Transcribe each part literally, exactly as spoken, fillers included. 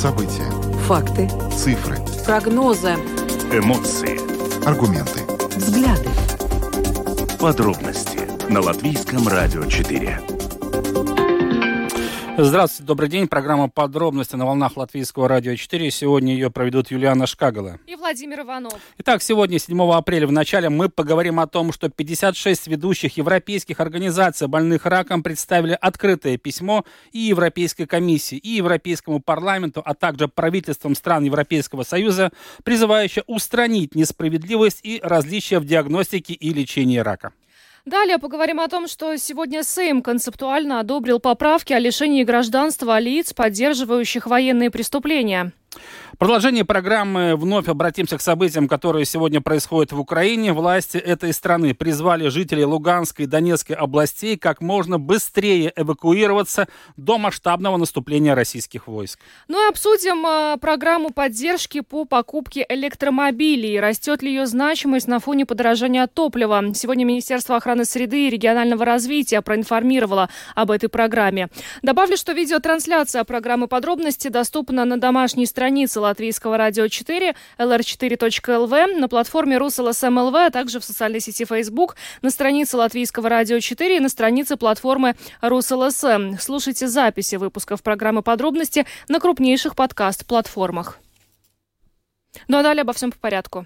События. Факты. Цифры. Прогнозы. Эмоции. Аргументы. Взгляды. Подробности на Латвийском радио четыре. Здравствуйте, добрый день. Программа «Подробности» на волнах Латвийского радио четыре. Сегодня ее проведут Юлиана Шкагала и Владимир Иванов. Итак, сегодня, седьмого апреля, в начале мы поговорим о том, что пятьдесят шесть ведущих европейских организаций больных раком представили открытое письмо и Европейской комиссии, и Европейскому парламенту, а также правительствам стран Европейского Союза, призывающее устранить несправедливость и различия в диагностике и лечении рака. Далее поговорим о том, что сегодня Сейм концептуально одобрил поправки о лишении гражданства лиц, поддерживающих военные преступления. В продолжении программы вновь обратимся к событиям, которые сегодня происходят в Украине. Власти этой страны призвали жителей Луганской и Донецкой областей как можно быстрее эвакуироваться до масштабного наступления российских войск. Ну и обсудим э, программу поддержки по покупке электромобилей. Растет ли ее значимость на фоне подорожания топлива? Сегодня Министерство охраны среды и регионального развития проинформировало об этой программе. Добавлю, что видеотрансляция программы «Подробности» доступна на домашней странице Латвийского радио четыре, эл эр четыре точка эл ви, на платформе РусЛСМ эл ви, а также в социальной сети Facebook, на странице Латвийского радио четыре и на странице платформы РусЛСМ. Слушайте записи выпусков программы «Подробности» на крупнейших подкаст-платформах. Ну а далее обо всем по порядку.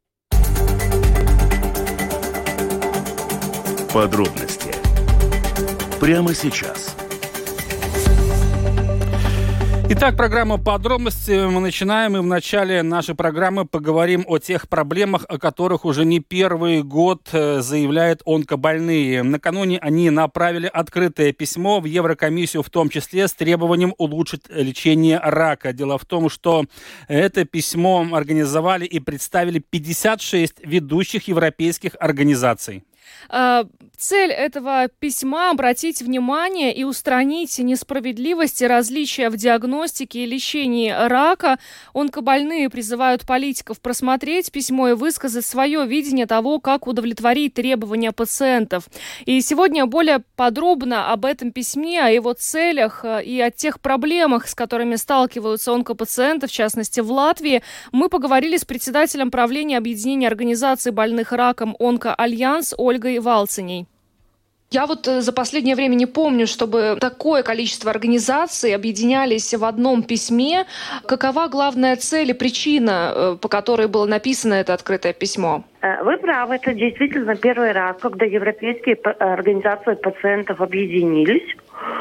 Подробности прямо сейчас. Итак, программа «Подробности» мы начинаем, и в начале нашей программы поговорим о тех проблемах, о которых уже не первый год заявляют онкобольные. Накануне они направили открытое письмо в Еврокомиссию, в том числе с требованием улучшить лечение рака. Дело в том, что это письмо организовали и представили пятьдесят шесть ведущих европейских организаций. Цель этого письма – обратить внимание и устранить несправедливости, различия в диагностике и лечении рака. Онкобольные призывают политиков просмотреть письмо и высказать свое видение того, как удовлетворить требования пациентов. И сегодня более подробно об этом письме, о его целях и о тех проблемах, с которыми сталкиваются онкопациенты, в частности в Латвии, мы поговорили с председателем правления объединения организаций больных раком «Онко-Альянс» Ольгой Валциней. Я вот за последнее время не помню, чтобы такое количество организаций объединялись в одном письме. Какова главная цель и причина, по которой было написано это открытое письмо? Вы правы, это действительно первый раз, когда европейские организации пациентов объединились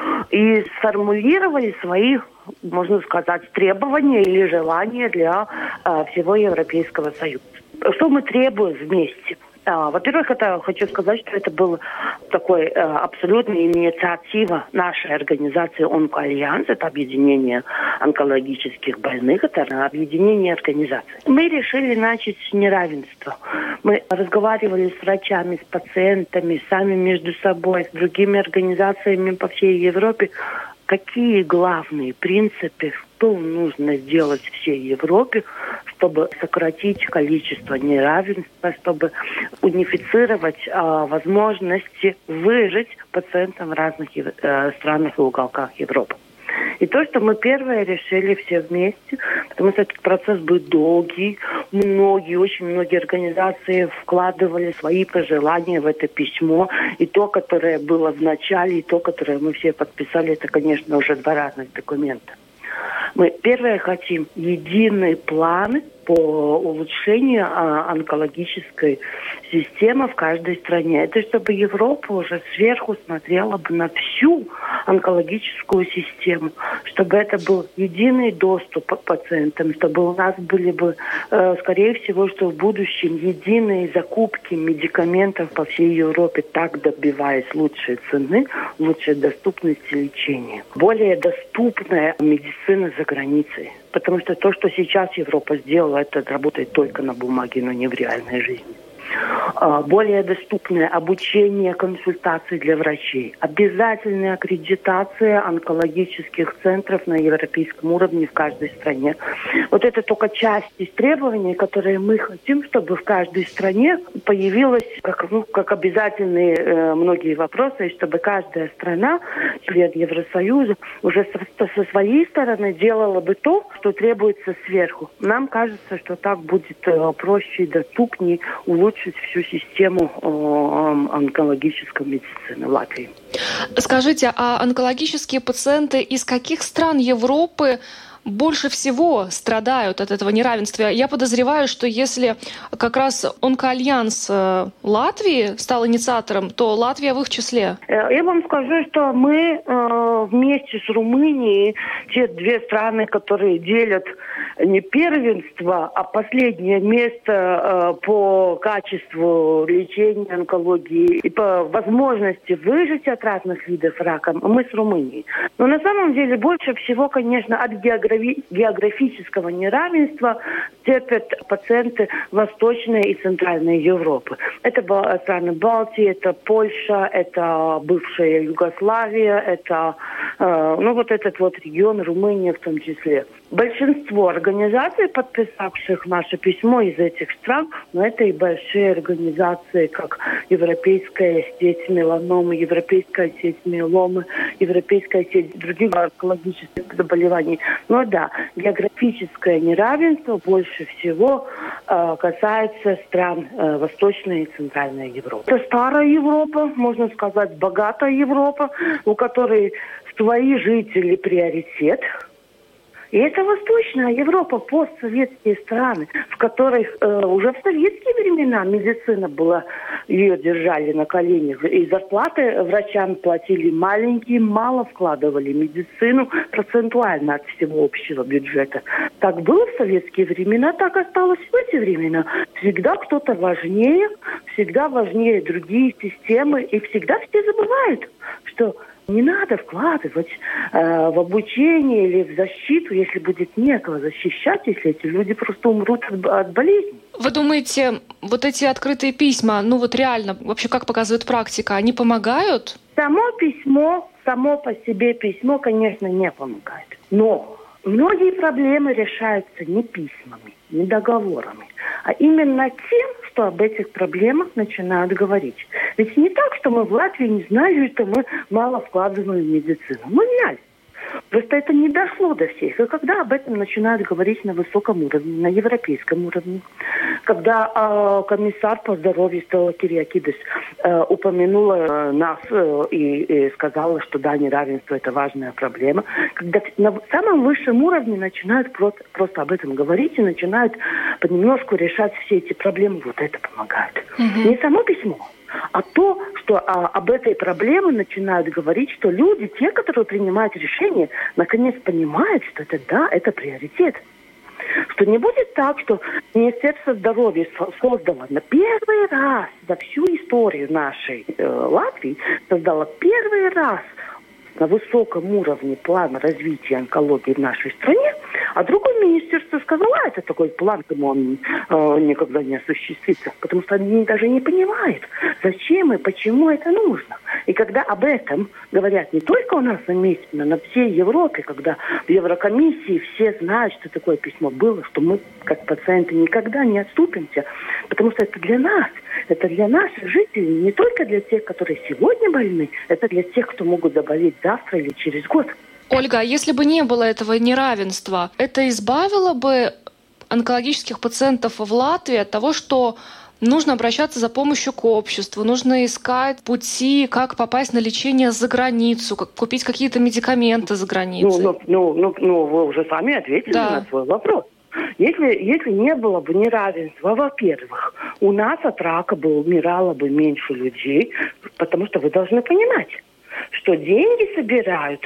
и сформулировали свои, можно сказать, требования или желания для всего Европейского Союза. Что мы требуем вместе? А, во-первых, это хочу сказать, что это была такой э, абсолютная инициатива нашей организации «Онко-Альянс», это объединение онкологических больных, это объединение организаций. Мы решили начать с неравенства. Мы разговаривали с врачами, с пациентами, сами между собой, с другими организациями по всей Европе, какие главные принципы, что нужно сделать всей Европе, чтобы сократить количество неравенства, чтобы унифицировать э, возможности выжить пациентам в разных э, странах и уголках Европы. И то, что мы первое решили все вместе, потому что этот процесс был долгий, многие, очень многие организации вкладывали свои пожелания в это письмо, и то, которое было в начале, и то, которое мы все подписали, это, конечно, уже два разных документа. Мы первое хотим единые планы по улучшению а, онкологической системы в каждой стране. Это чтобы Европа уже сверху смотрела бы на всю онкологическую систему, чтобы это был единый доступ к пациентам, чтобы у нас были бы, э, скорее всего, что в будущем единые закупки медикаментов по всей Европе, так добиваясь лучшей цены, лучшей доступности лечения. Более доступная медицина за границей. Потому что то, что сейчас Европа сделала, это работает только на бумаге, но не в реальной жизни. более доступное обучение, консультации для врачей, обязательная аккредитация онкологических центров на европейском уровне в каждой стране. Вот это только часть из требований, которые мы хотим, чтобы в каждой стране появилось как, ну, как обязательные э, многие вопросы, и чтобы каждая страна, член Евросоюза, уже со, со своей стороны делала бы то, что требуется сверху. Нам кажется, что так будет э, проще и доступнее улучшить всю систему э, онкологической медицины в Латвии. Скажите, а онкологические пациенты из каких стран Европы больше всего страдают от этого неравенства? Я подозреваю, что если как раз Онкоальянс Латвии стал инициатором, то Латвия в их числе. Я вам скажу, что мы э, вместе с Румынией, те две страны, которые делят не первенство, а последнее место э, по качеству лечения онкологии и по возможности выжить от разных видов рака, мы с Румынией. Но на самом деле больше всего, конечно, от географии географического неравенства терпят пациенты Восточной и Центральной Европы. Это страны Балтии, это Польша, это бывшая Югославия, это э, ну вот этот вот регион, Румыния в том числе. Большинство организаций, подписавших наше письмо из этих стран, но это и большие организации, как Европейская сеть меланомы, Европейская сеть миеломы, Европейская сеть других онкологических заболеваний. Но да, географическое неравенство больше всего э, касается стран э, Восточной и Центральной Европы. Это старая Европа, можно сказать, богатая Европа, у которой свои жители приоритет. И это Восточная Европа, постсоветские страны, в которых э, уже в советские времена медицина была, ее держали на коленях. И зарплаты врачам платили маленькие, мало вкладывали в медицину процентуально от всего общего бюджета. Так было в советские времена, так осталось в эти времена. Всегда кто-то важнее, всегда важнее другие системы, и всегда все забывают, что не надо вкладывать э, в обучение или в защиту, если будет некого защищать, если эти люди просто умрут от, от болезни. Вы думаете, вот эти открытые письма, ну вот реально, вообще как показывает практика, они помогают? Само письмо, само по себе письмо, конечно, не помогает. Но многие проблемы решаются не письмами, не договорами, а именно тем, что об этих проблемах начинают говорить. Ведь не так, что мы в Латвии не знали, что мы мало вкладываем в медицину. Мы знали. Просто это не дошло до всех. И когда об этом начинают говорить на высоком уровне, на европейском уровне, когда э, комиссар по здоровью Стелла Кириакидис э, упомянула э, нас э, и, и сказала, что да, неравенство – это важная проблема, когда на самом высшем уровне начинают просто, просто об этом говорить и начинают понемножку решать все эти проблемы, вот это помогает. Mm-hmm. Не само письмо, а то, что а, об этой проблеме начинают говорить, что люди, те, которые принимают решения, наконец понимают, что это да, это приоритет. Что не будет так, что Министерство здоровья создало на первый раз за всю историю нашей э, Латвии, создало первый раз на высоком уровне план развития онкологии в нашей стране, а другое министерство сказало, а это такой план, кому он э, никогда не осуществится, потому что они даже не понимают, зачем и почему это нужно. И когда об этом говорят не только у нас на месте, но на всей Европе, когда в Еврокомиссии все знают, что такое письмо было, что мы, как пациенты, никогда не отступимся, потому что это для нас, это для наших жителей, не только для тех, которые сегодня больны, это для тех, кто могут заболеть завтра или через год. Ольга, а если бы не было этого неравенства, это избавило бы онкологических пациентов в Латвии от того, что нужно обращаться за помощью к обществу, нужно искать пути, как попасть на лечение за границу, как купить какие-то медикаменты за границей? Ну, ну, ну, ну вы уже сами ответили да. на свой вопрос. Если, если не было бы неравенства, во-первых, у нас от рака бы умирало бы меньше людей, потому что вы должны понимать, что деньги собирают,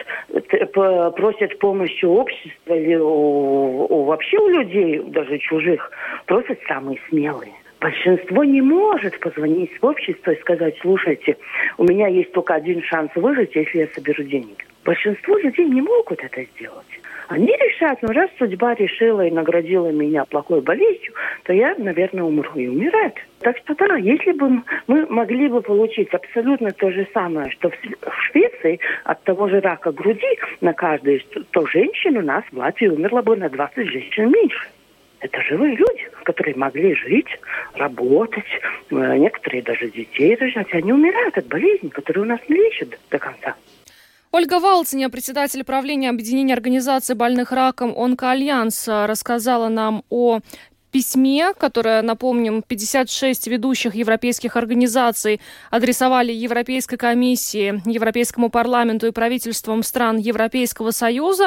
просят помощи общества или у, у, вообще у людей, даже чужих, просят самые смелые. Большинство не может позвонить в общество и сказать, слушайте, у меня есть только один шанс выжить, если я соберу денег. Большинство людей не могут это сделать. Они решают, ну раз судьба решила и наградила меня плохой болезнью, то я, наверное, умру и умирать. Так что да, если бы мы могли бы получить абсолютно то же самое, что в Швеции от того же рака груди на каждую сто женщин у нас в Латвии умерло бы на двадцать женщин меньше. Это живые люди, которые могли жить, работать, некоторые даже детей рожать. Они умирают от болезни, которые у нас не лечат до конца. Ольга Валциня, председатель правления объединения организаций больных раком «Онкоальянс», рассказала нам о письме, которое, напомним, пятьдесят шесть ведущих европейских организаций адресовали Европейской комиссии, Европейскому парламенту и правительствам стран Европейского Союза.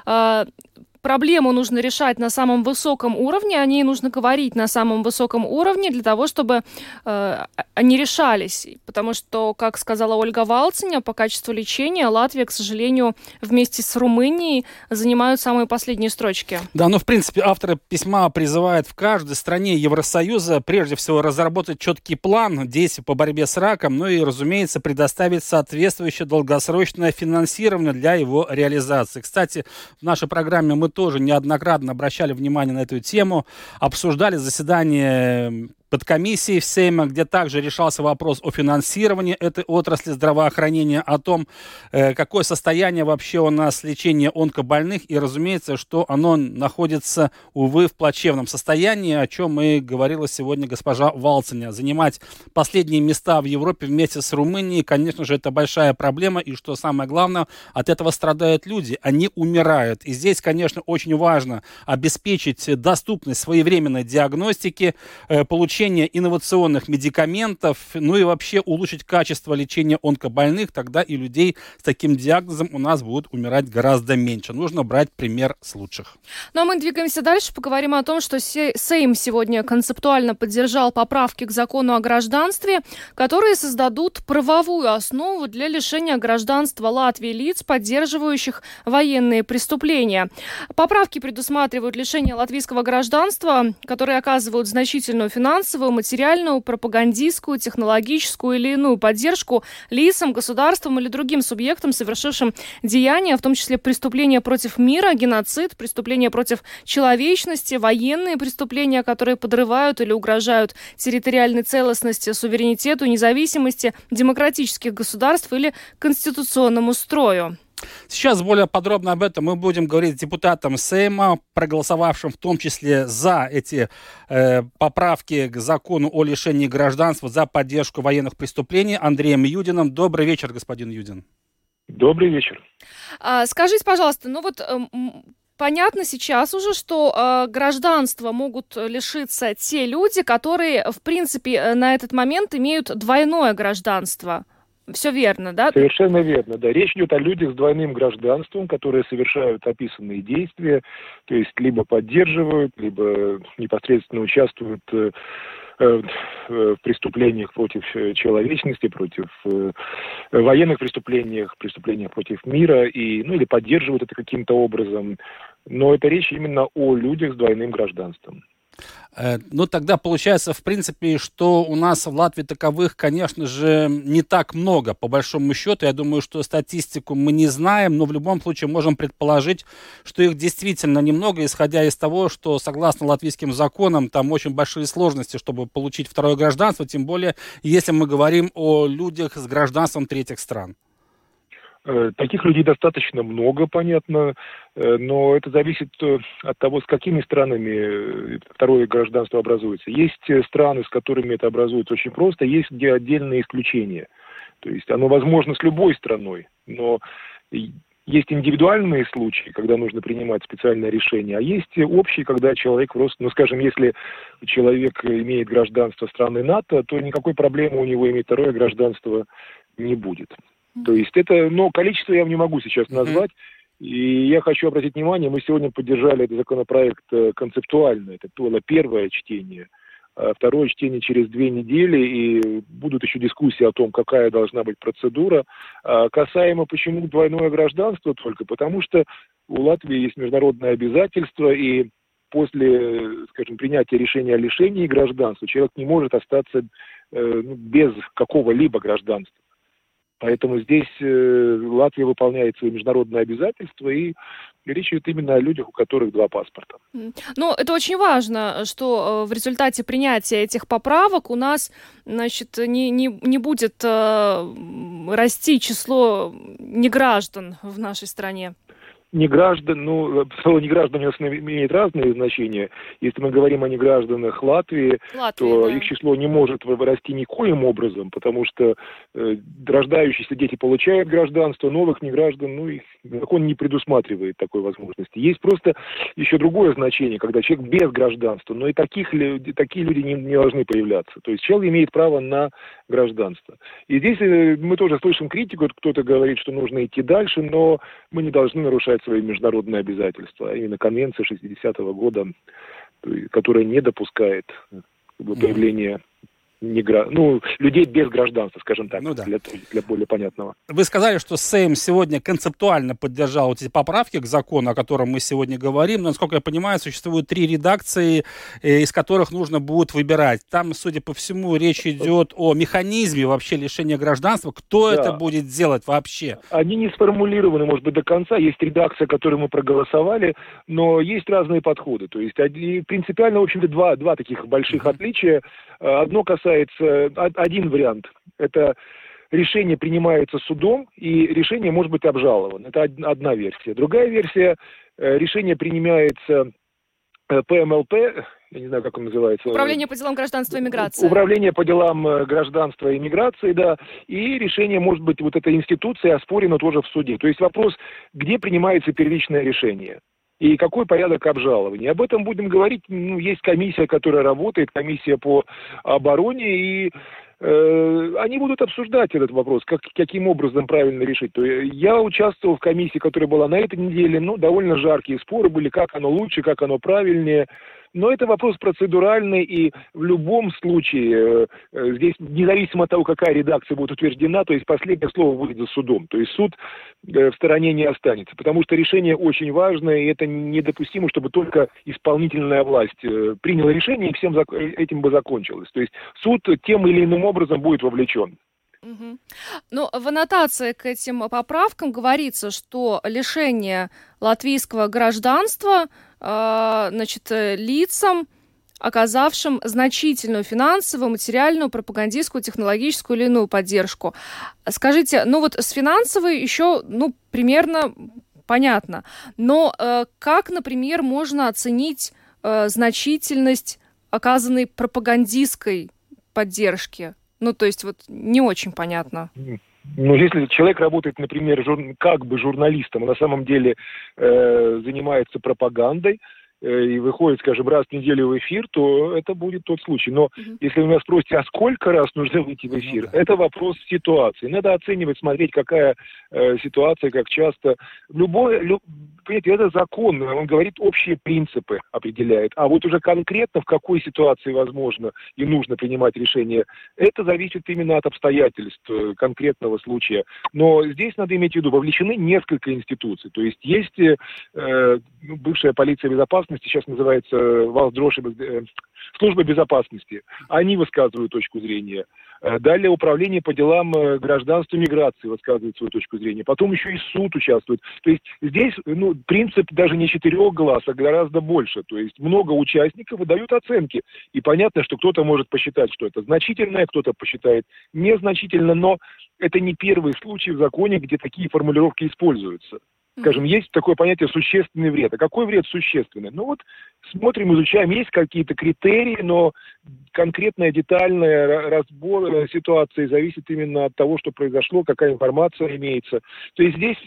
Проблему нужно решать на самом высоком уровне, о ней нужно говорить на самом высоком уровне для того, чтобы э, они решались. Потому что, как сказала Ольга Валциня, по качеству лечения Латвия, к сожалению, вместе с Румынией занимают самые последние строчки. Да, ну, в принципе, авторы письма призывают в каждой стране Евросоюза прежде всего разработать четкий план действий по борьбе с раком, ну и, разумеется, предоставить соответствующее долгосрочное финансирование для его реализации. Кстати, в нашей программе мы тоже неоднократно обращали внимание на эту тему, обсуждали заседание подкомиссии в Сейме, где также решался вопрос о финансировании этой отрасли здравоохранения, о том, э, какое состояние вообще у нас лечения онкобольных, и, разумеется, что оно находится, увы, в плачевном состоянии, о чем и говорила сегодня госпожа Валциня. Занимать последние места в Европе вместе с Румынией, конечно же, это большая проблема, и, что самое главное, от этого страдают люди, они умирают. И здесь, конечно, очень важно обеспечить доступность своевременной диагностики, э, получить инновационных медикаментов, ну и вообще улучшить качество лечения онкобольных, тогда и людей с таким диагнозом у нас будут умирать гораздо меньше. Нужно брать пример с лучших. Ну а мы двигаемся дальше, поговорим о том, что Сейм сегодня концептуально поддержал поправки к закону о гражданстве, которые создадут правовую основу для лишения гражданства Латвии лиц, поддерживающих военные преступления. Поправки предусматривают лишение латвийского гражданства, которые оказывают значительную финансовую, материальную, пропагандистскую, технологическую или иную поддержку лицам, государствам или другим субъектам, совершившим деяния, в том числе преступления против мира, геноцид, преступления против человечности, военные преступления, которые подрывают или угрожают территориальной целостности, суверенитету, независимости демократических государств или конституционному строю. Сейчас более подробно об этом мы будем говорить с депутатом Сейма, проголосовавшим в том числе за эти э, поправки к закону о лишении гражданства, за поддержку военных преступлений, Андреем Юдиным. Добрый вечер, господин Юдин. Добрый вечер. А, скажите, пожалуйста, ну вот... Э, Понятно сейчас уже, что э, гражданства могут лишиться те люди, которые, в принципе, на этот момент имеют двойное гражданство. Все верно, да? Совершенно верно, да. Речь идет о людях с двойным гражданством, которые совершают описанные действия, то есть либо поддерживают, либо непосредственно участвуют э, э, в преступлениях против человечности, против э, военных преступлениях, преступлениях против мира, и, ну, или поддерживают это каким-то образом. Но это речь именно о людях с двойным гражданством. Ну, тогда получается, в принципе, что у нас в Латвии таковых, конечно же, не так много, по большому счету. Я думаю, что статистику мы не знаем, но в любом случае можем предположить, что их действительно немного, исходя из того, что, согласно латвийским законам, там очень большие сложности, чтобы получить второе гражданство, тем более, если мы говорим о людях с гражданством третьих стран. Таких людей достаточно много, понятно, но это зависит от того, с какими странами второе гражданство образуется. Есть страны, с которыми это образуется очень просто, есть где отдельные исключения. То есть оно возможно с любой страной, но есть индивидуальные случаи, когда нужно принимать специальное решение, а есть общие, когда человек просто, ну скажем, если человек имеет гражданство страны НАТО, то никакой проблемы у него иметь второе гражданство не будет. То есть это, но количество я вам не могу сейчас назвать. И я хочу обратить внимание, мы сегодня поддержали этот законопроект концептуально. Это было первое чтение. А второе чтение через две недели. И будут еще дискуссии о том, какая должна быть процедура. А касаемо почему двойное гражданство только, потому что у Латвии есть международные обязательства. И после, скажем, принятия решения о лишении гражданства человек не может остаться э, без какого-либо гражданства. Поэтому здесь э, Латвия выполняет свои международные обязательства, и речь идет именно о людях, у которых два паспорта. Ну, это очень важно, что в результате принятия этих поправок у нас, значит, не, не, не будет э, расти число неграждан в нашей стране. Неграждан, ну, слово неграждане у нас имеет разные значения. Если мы говорим о негражданах Латвии, Латвии то да. их число не может вырасти никоим образом, потому что э, рождающиеся дети получают гражданство, новых неграждан, ну, их закон не предусматривает такой возможности. Есть просто еще другое значение, когда человек без гражданства, но и таких, такие люди не, не должны появляться. То есть человек имеет право на гражданство. И здесь э, мы тоже слышим критику, кто-то говорит, что нужно идти дальше, но мы не должны нарушать свои международные обязательства, а именно конвенция шестидесятого года, которая не допускает появления негра... ну, людей без гражданства, скажем так, ну, да. для, для более понятного. Вы сказали, что Сейм сегодня концептуально поддержал эти поправки к закону, о котором мы сегодня говорим, но, насколько я понимаю, существует три редакции, из которых нужно будет выбирать. Там, судя по всему, речь идет о механизме вообще лишения гражданства. Кто да. это будет делать вообще? Они не сформулированы, может быть, до конца. Есть редакция, которую мы проголосовали, но есть разные подходы. То есть принципиально, в общем-то, два, два таких больших mm-hmm. отличия. Одно касается один вариант. Это решение принимается судом, и решение может быть обжаловано. Это одна версия. Другая версия, решение принимается пэ эм эл пэ, я не знаю, как он называется. Управление по делам гражданства и миграции. Управление по делам гражданства и миграции, да. И решение может быть, вот эта институция оспорена тоже в суде. То есть вопрос, где принимается первичное решение. И какой порядок обжалования. Об этом будем говорить. Ну, есть комиссия, которая работает, комиссия по обороне, и э, они будут обсуждать этот вопрос, как, каким образом правильно решить. То есть я участвовал в комиссии, которая была на этой неделе, ну, довольно жаркие споры были, как оно лучше, как оно правильнее. Но это вопрос процедуральный, и в любом случае, э, здесь, независимо от того, какая редакция будет утверждена, то есть последнее слово будет за судом. То есть суд э, в стороне не останется, потому что решение очень важное, и это недопустимо, чтобы только исполнительная власть э, приняла решение, и всем зак- этим бы закончилось. То есть суд тем или иным образом будет вовлечен. Угу. Ну, в аннотации к этим поправкам говорится, что лишение латвийского гражданства э, значит, лицам, оказавшим значительную финансовую, материальную, пропагандистскую, технологическую или иную поддержку. Скажите, ну вот с финансовой еще, ну, примерно понятно, но э, как, например, можно оценить э, значительность оказанной пропагандистской поддержки? Ну, то есть, вот не очень понятно. Ну, если человек работает, например, жур... как бы журналистом, а на самом деле э, занимается пропагандой, и выходит, скажем, раз в неделю в эфир, то это будет тот случай. Но uh-huh. если вы меня спросите, а сколько раз нужно выйти в эфир, uh-huh. это вопрос ситуации. Надо оценивать, смотреть, какая э, ситуация, как часто. Любой, люб... понимаете, это закон, он говорит, общие принципы определяет. А вот уже конкретно в какой ситуации возможно и нужно принимать решение, это зависит именно от обстоятельств конкретного случая. Но здесь надо иметь в виду, вовлечены несколько институций. То есть есть э, бывшая полиция безопасности, сейчас называется Валсдроши, служба безопасности. Они высказывают точку зрения. Далее управление по делам гражданства и миграции высказывает свою точку зрения. Потом еще и суд участвует. То есть здесь ну, принцип даже не четырех глаз, а гораздо больше. То есть много участников выдают оценки. И понятно, что кто-то может посчитать, что это значительное, кто-то посчитает незначительно, но это не первый случай в законе, где такие формулировки используются. Скажем, есть такое понятие «существенный вред». А какой вред существенный? Ну вот смотрим, изучаем, есть какие-то критерии, но конкретная, детальная разбор ситуации зависит именно от того, что произошло, какая информация имеется. То есть здесь,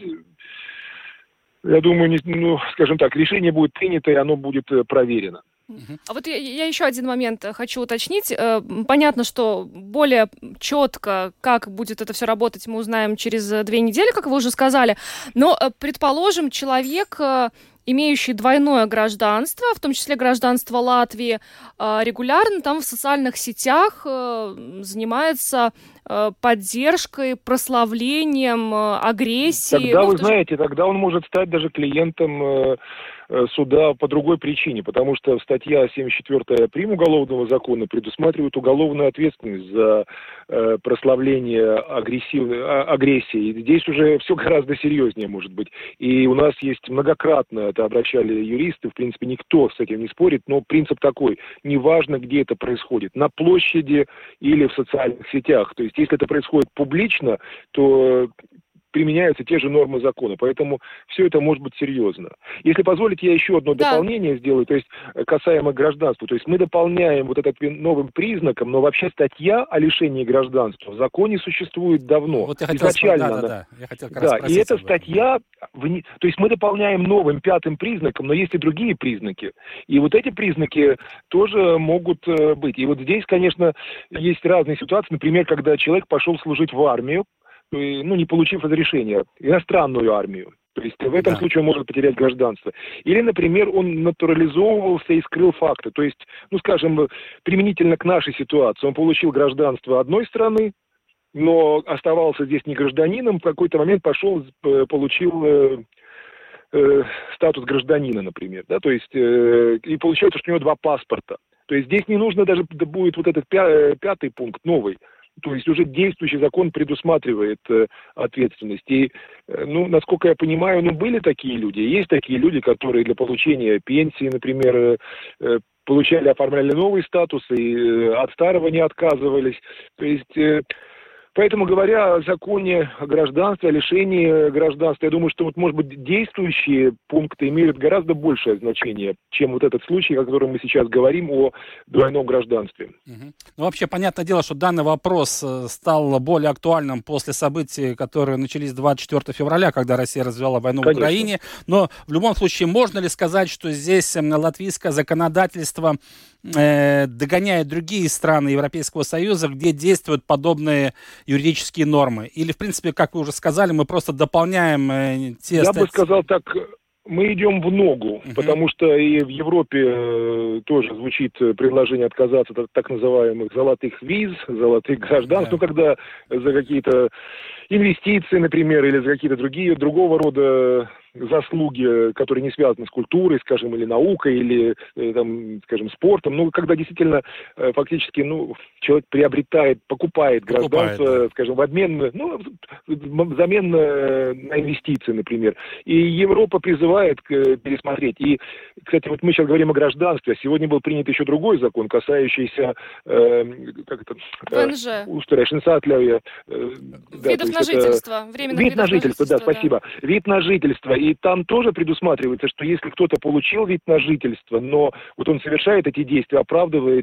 я думаю, не, ну, скажем так, решение будет принято, и оно будет проверено. А вот я, я еще один момент хочу уточнить. Понятно, что более четко, как будет это все работать, мы узнаем через две недели, как вы уже сказали. Но, предположим, человек, имеющий двойное гражданство, в том числе гражданство Латвии, регулярно там в социальных сетях занимается поддержкой, прославлением агрессии. Тогда, ну, вы же... знаете, тогда он может стать даже клиентом суда по другой причине, потому что статья семьдесят четвёртая прим. Уголовного закона предусматривает уголовную ответственность за э, прославление агрессивной, а, агрессии. И здесь уже все гораздо серьезнее может быть. И у нас есть многократно, это обращали юристы, в принципе, никто с этим не спорит, но принцип такой: неважно, где это происходит, на площади или в социальных сетях. То есть, если это происходит публично, то применяются те же нормы закона. Поэтому все это может быть серьезно. Если позволите, я еще одно да. дополнение сделаю, то есть касаемо гражданства. То есть мы дополняем вот этот новым признаком, но вообще статья о лишении гражданства в законе существует давно. Вот я хотел изначально. Спросить, да, да, да. Я хотел как раз да, и эта об этом. статья, то есть мы дополняем новым пятым признаком, но есть и другие признаки. И вот эти признаки тоже могут быть. И вот здесь, конечно, есть разные ситуации. Например, когда человек пошел служить в армию, ну, не получив разрешения, иностранную армию. То есть в этом да. случае он может потерять гражданство. Или, например, он натурализовывался и скрыл факты. То есть, ну, скажем, применительно к нашей ситуации, он получил гражданство одной страны, но оставался здесь не гражданином, в какой-то момент пошел, получил э, э, статус гражданина, например. Да? То есть, э, и получается, что у него два паспорта. То есть здесь не нужно даже будет вот этот пя- пятый пункт новый. То есть уже действующий закон предусматривает э, ответственность. И, э, ну, насколько я понимаю, ну, были такие люди. Есть такие люди, которые для получения пенсии, например, э, получали, оформляли новый статус и э, от старого не отказывались. То есть... Э, Поэтому, говоря о законе о гражданстве, о лишении гражданства, я думаю, что, вот, может быть, действующие пункты имеют гораздо большее значение, чем вот этот случай, о котором мы сейчас говорим, о двойном гражданстве. Угу. Ну, вообще, понятное дело, что данный вопрос стал более актуальным после событий, которые начались двадцать четвёртого февраля, когда Россия развязала войну Конечно. в Украине. Но в любом случае, можно ли сказать, что здесь латвийское законодательство э, догоняет другие страны Европейского Союза, где действуют подобные юридические нормы? Или, в принципе, как вы уже сказали, мы просто дополняем э, те... Я статьи... бы сказал так, мы идем в ногу, uh-huh. потому что и в Европе э, тоже звучит предложение отказаться от так называемых золотых виз, золотых гражданств, yeah. ну, когда за какие-то инвестиции, например, или за какие-то другие, другого рода заслуги, которые не связаны с культурой, скажем, или наукой, или, там, скажем, спортом. Ну, когда действительно фактически, ну, человек приобретает, покупает гражданство, покупает, да. скажем, в обмен, ну, взамен на инвестиции, например. И Европа призывает пересмотреть. И, кстати, вот мы сейчас говорим о гражданстве, а сегодня был принят еще другой закон, касающийся, э, как это? ВНЖ. Устаряшенсатля. Э, Видов на жительство. Временных вид на жительство, да, да. спасибо. Вид на жительство. И там тоже предусматривается, что если кто-то получил вид на жительство, но вот он совершает эти действия, оправдывает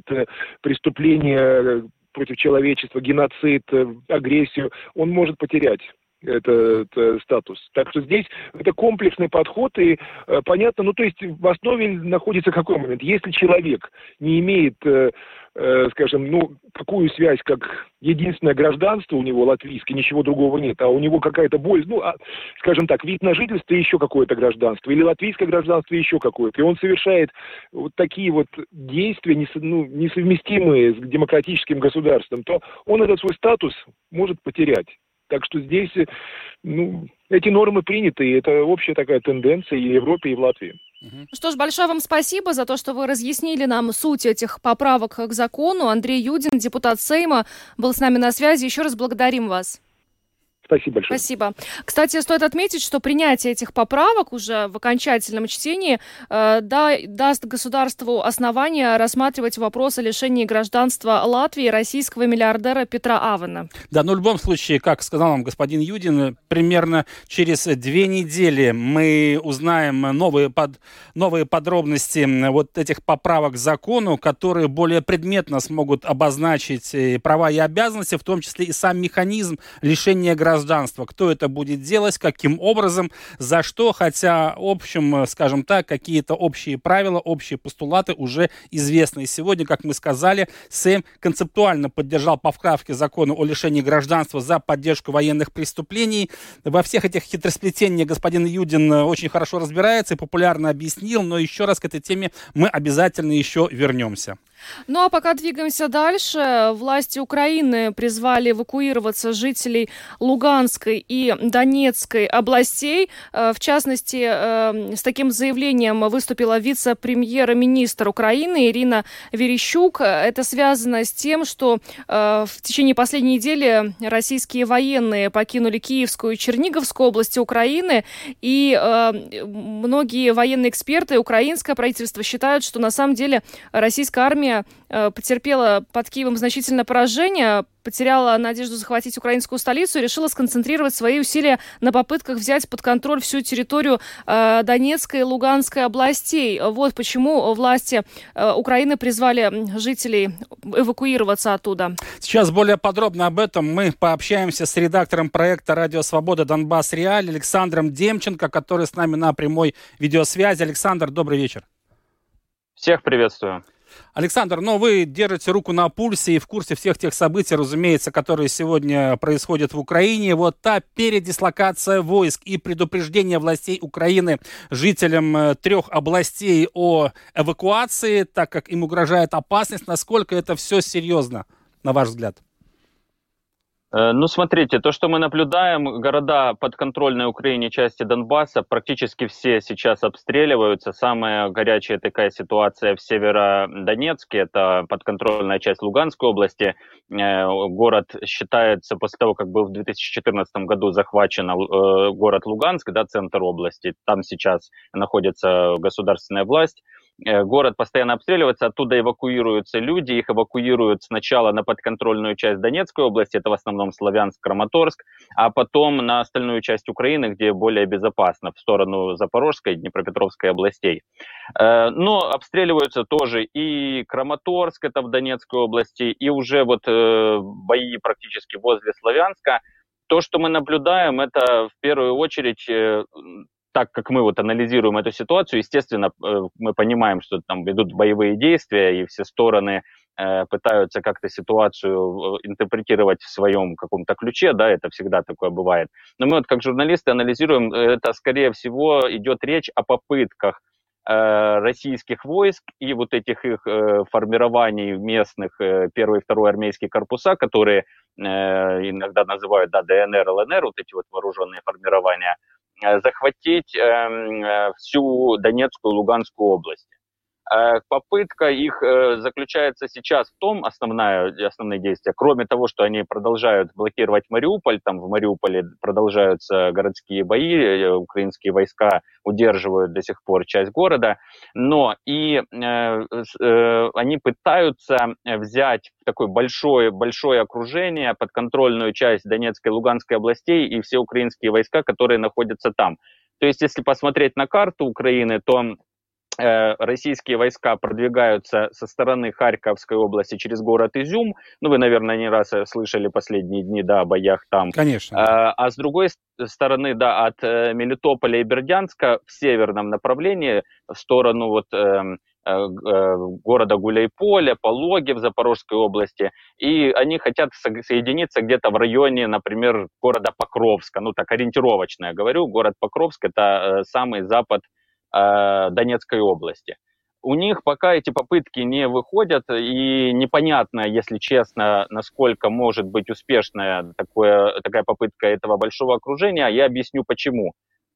преступление против человечества, геноцид, агрессию, он может потерять этот э, статус. Так что здесь это комплексный подход, и э, понятно, ну то есть в основе находится какой момент? Если человек не имеет, э, э, скажем, ну какую связь, как единственное гражданство у него латвийское, ничего другого нет, а у него какая-то боль, ну, а, скажем так, вид на жительство и еще какое-то гражданство, или латвийское гражданство и еще какое-то, и он совершает вот такие вот действия, несо, ну, несовместимые с демократическим государством, то он этот свой статус может потерять. Так что здесь, ну, эти нормы приняты, и это общая такая тенденция и в Европе, и в Латвии. Что ж, большое вам спасибо за то, что вы разъяснили нам суть этих поправок к закону. Андрей Юдин, депутат Сейма, был с нами на связи. Еще раз благодарим вас. Спасибо большое. Спасибо. Кстати, стоит отметить, что принятие этих поправок уже в окончательном чтении э, да, даст государству основание рассматривать вопрос о лишении гражданства Латвии российского миллиардера Петра Авена. Да, но в любом случае, как сказал нам господин Юдин, примерно через две недели мы узнаем новые, под, новые подробности вот этих поправок к закону, которые более предметно смогут обозначить права и обязанности, в том числе и сам механизм лишения гражданства. Гражданство. Кто это будет делать, каким образом, за что, хотя, в общем, скажем так, какие-то общие правила, общие постулаты уже известны. И сегодня, как мы сказали, Сейм концептуально поддержал поправки закона о лишении гражданства за поддержку военных преступлений. Во всех этих хитросплетениях господин Юдин очень хорошо разбирается и популярно объяснил, но еще раз к этой теме мы обязательно еще вернемся. Ну а пока двигаемся дальше, власти Украины призвали эвакуироваться жителей Луганской и Донецкой областей. В частности, с таким заявлением выступила вице-премьер-министр Украины Ирина Верещук. Это связано с тем, что в течение последней недели российские военные покинули Киевскую и Черниговскую области Украины, и многие военные эксперты, украинское правительство считают, что на самом деле российская армия потерпела под Киевом значительное поражение, потеряла надежду захватить украинскую столицу и решила сконцентрировать свои усилия на попытках взять под контроль всю территорию э, Донецкой и Луганской областей. Вот почему власти э, Украины призвали жителей эвакуироваться оттуда. Сейчас более подробно об этом мы пообщаемся с редактором проекта «Радио Свобода. Донбасс. Реаль» Александром Демченко, который с нами на прямой видеосвязи. Александр, добрый вечер. Всех приветствую. Александр, ну вы держите руку на пульсе и в курсе всех тех событий, разумеется, которые сегодня происходят в Украине. Вот та передислокация войск и предупреждение властей Украины жителям трех областей о эвакуации, так как им угрожает опасность. Насколько это все серьезно, на ваш взгляд? Ну, смотрите, то, что мы наблюдаем, города подконтрольной Украине части Донбасса практически все сейчас обстреливаются. Самая горячая такая ситуация в Северодонецке, это подконтрольная часть Луганской области. Город считается, после того, как был в две тысячи четырнадцатом году захвачен город Луганск, да, центр области, там сейчас находится государственная власть. Город постоянно обстреливается, оттуда эвакуируются люди, их эвакуируют сначала на подконтрольную часть Донецкой области, это в основном Славянск, Краматорск, а потом на остальную часть Украины, где более безопасно, в сторону Запорожской и Днепропетровской областей. Но обстреливаются тоже и Краматорск, это в Донецкой области, и уже вот бои практически возле Славянска. То, что мы наблюдаем, это в первую очередь... Так как мы вот анализируем эту ситуацию, естественно, мы понимаем, что там идут боевые действия, и все стороны э, пытаются как-то ситуацию интерпретировать в своем каком-то ключе, да, это всегда такое бывает. Но мы вот как журналисты анализируем, это, скорее всего, идет речь о попытках э, российских войск и вот этих их э, формирований местных, э, первый и второй армейские корпуса, которые э, иногда называют, да, ДНР, ЛНР, вот эти вот вооруженные формирования, захватить э, всю Донецкую и Луганскую область. Э, попытка их э, заключается сейчас в том, основная, основные действия, кроме того, что они продолжают блокировать Мариуполь, там в Мариуполе продолжаются городские бои, э, украинские войска удерживают до сих пор часть города, но и э, э, они пытаются взять такое большое, большое окружение, подконтрольную часть Донецкой и Луганской областей и все украинские войска, которые находятся там. То есть, если посмотреть на карту Украины, то э, российские войска продвигаются со стороны Харьковской области через город Изюм. Ну, вы, наверное, не раз слышали последние дни, да, о боях там. Конечно. А, а с другой стороны, да, от э, Мелитополя и Бердянска в северном направлении, в сторону вот... Э, города Гуляйполя, Пологи в Запорожской области, и они хотят соединиться где-то в районе, например, города Покровска, ну так ориентировочно я говорю, город Покровск это самый запад э, Донецкой области. У них пока эти попытки не выходят, и непонятно, если честно, насколько может быть успешная такое, такая попытка этого большого окружения, я объясню почему.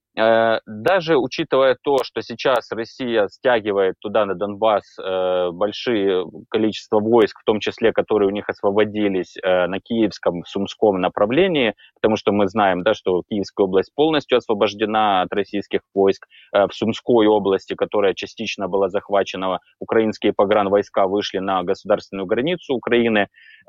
Даже учитывая то, что сейчас Россия стягивает туда, на Донбасс, большие количество войск, в том числе, которые у них освободились на Киевском, Сумском направлении, потому что мы знаем, да, что Киевская область полностью освобождена от российских войск, в Сумской области, которая частично была захвачена, украинские погранвойска вышли на государственную границу Украины,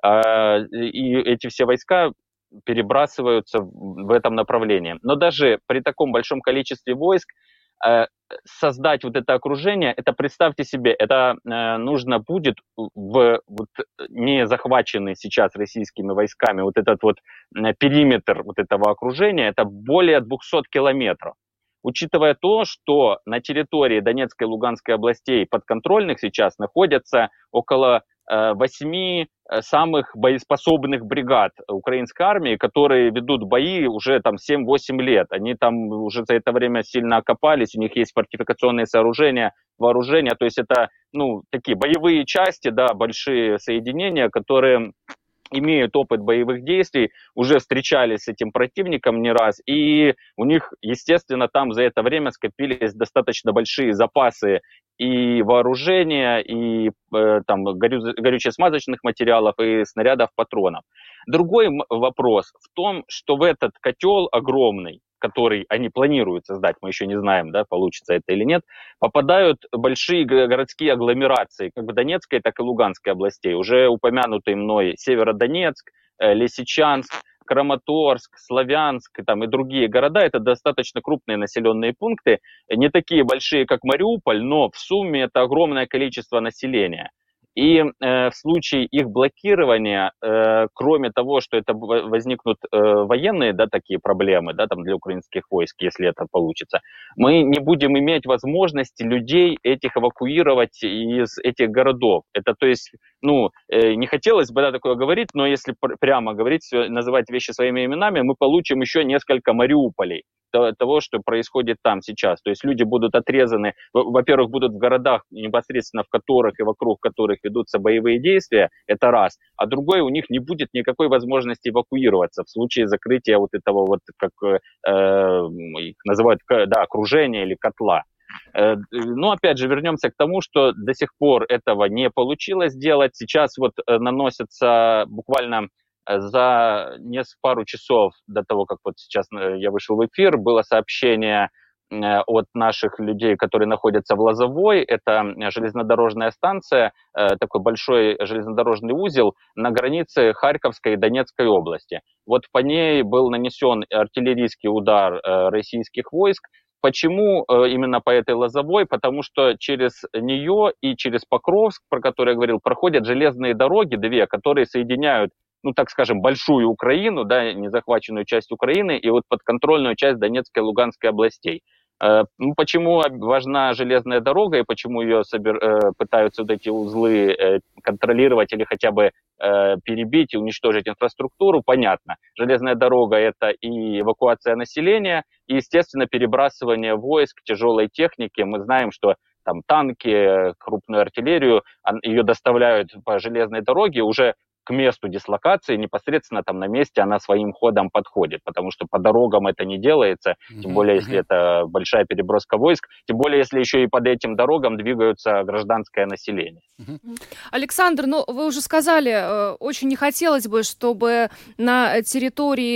и эти все войска перебрасываются в этом направлении. Но даже при таком большом количестве войск э, создать вот это окружение, это, представьте себе, это э, нужно будет в вот, не захваченный сейчас российскими войсками вот этот вот э, периметр вот этого окружения, это более двухсот километров. Учитывая то, что на территории Донецкой и Луганской областей подконтрольных сейчас находятся около восьми самых боеспособных бригад украинской армии, которые ведут бои уже там семь-восемь лет. Они там уже за это время сильно окопались, у них есть фортификационные сооружения, вооружения, то есть это, ну, такие боевые части, да, большие соединения, которые имеют опыт боевых действий, уже встречались с этим противником не раз, и у них, естественно, там за это время скопились достаточно большие запасы и вооружения, и э, там горю, горюче-смазочных материалов, и снарядов, патронов. Другой вопрос в том, что в этот котел огромный, который они планируют создать, мы еще не знаем, да, получится это или нет, попадают большие городские агломерации, как в Донецкой, так и Луганской областей. Уже упомянутый мной Северодонецк, Лисичанск, Краматорск, Славянск там, и другие города, это достаточно крупные населенные пункты, не такие большие, как Мариуполь, но в сумме это огромное количество населения. И э, в случае их блокирования, э, кроме того, что это возникнут э, военные, да, такие проблемы, да, там для украинских войск, если это получится, мы не будем иметь возможности людей этих эвакуировать из этих городов. Это, то есть, ну, э, не хотелось бы, да, такое говорить, но если пр- прямо говорить, называть вещи своими именами, мы получим еще несколько Мариуполей того, что происходит там сейчас. То есть люди будут отрезаны, во-первых, будут в городах, непосредственно в которых и вокруг которых ведутся боевые действия, это раз. А другой, у них не будет никакой возможности эвакуироваться в случае закрытия вот этого вот, как э, их называют, да, окружения или котла. Э, но опять же, вернемся к тому, что до сих пор этого не получилось сделать. Сейчас вот э, наносятся буквально за несколько пару часов до того, как вот сейчас я вышел в эфир, было сообщение от наших людей, которые находятся в Лозовой. Это железнодорожная станция, такой большой железнодорожный узел на границе Харьковской и Донецкой области. Вот по ней был нанесен артиллерийский удар российских войск. Почему именно по этой Лозовой? Потому что через нее и через Покровск, про который я говорил, проходят железные дороги, две, которые соединяют, ну, так скажем, большую Украину, да, незахваченную часть Украины, и вот подконтрольную часть Донецкой и Луганской областей. Э, ну, почему важна железная дорога и почему ее собер, э, пытаются вот эти узлы э, контролировать или хотя бы э, перебить и уничтожить инфраструктуру, понятно. Железная дорога – это и эвакуация населения, и, естественно, перебрасывание войск, тяжелой техники. Мы знаем, что там танки, крупную артиллерию, ее доставляют по железной дороге уже к месту дислокации, непосредственно там на месте она своим ходом подходит, потому что по дорогам это не делается, тем более если это большая переброска войск, тем более если еще и под этим дорогам двигаются гражданское население. Александр, ну вы уже сказали, очень не хотелось бы, чтобы на территории,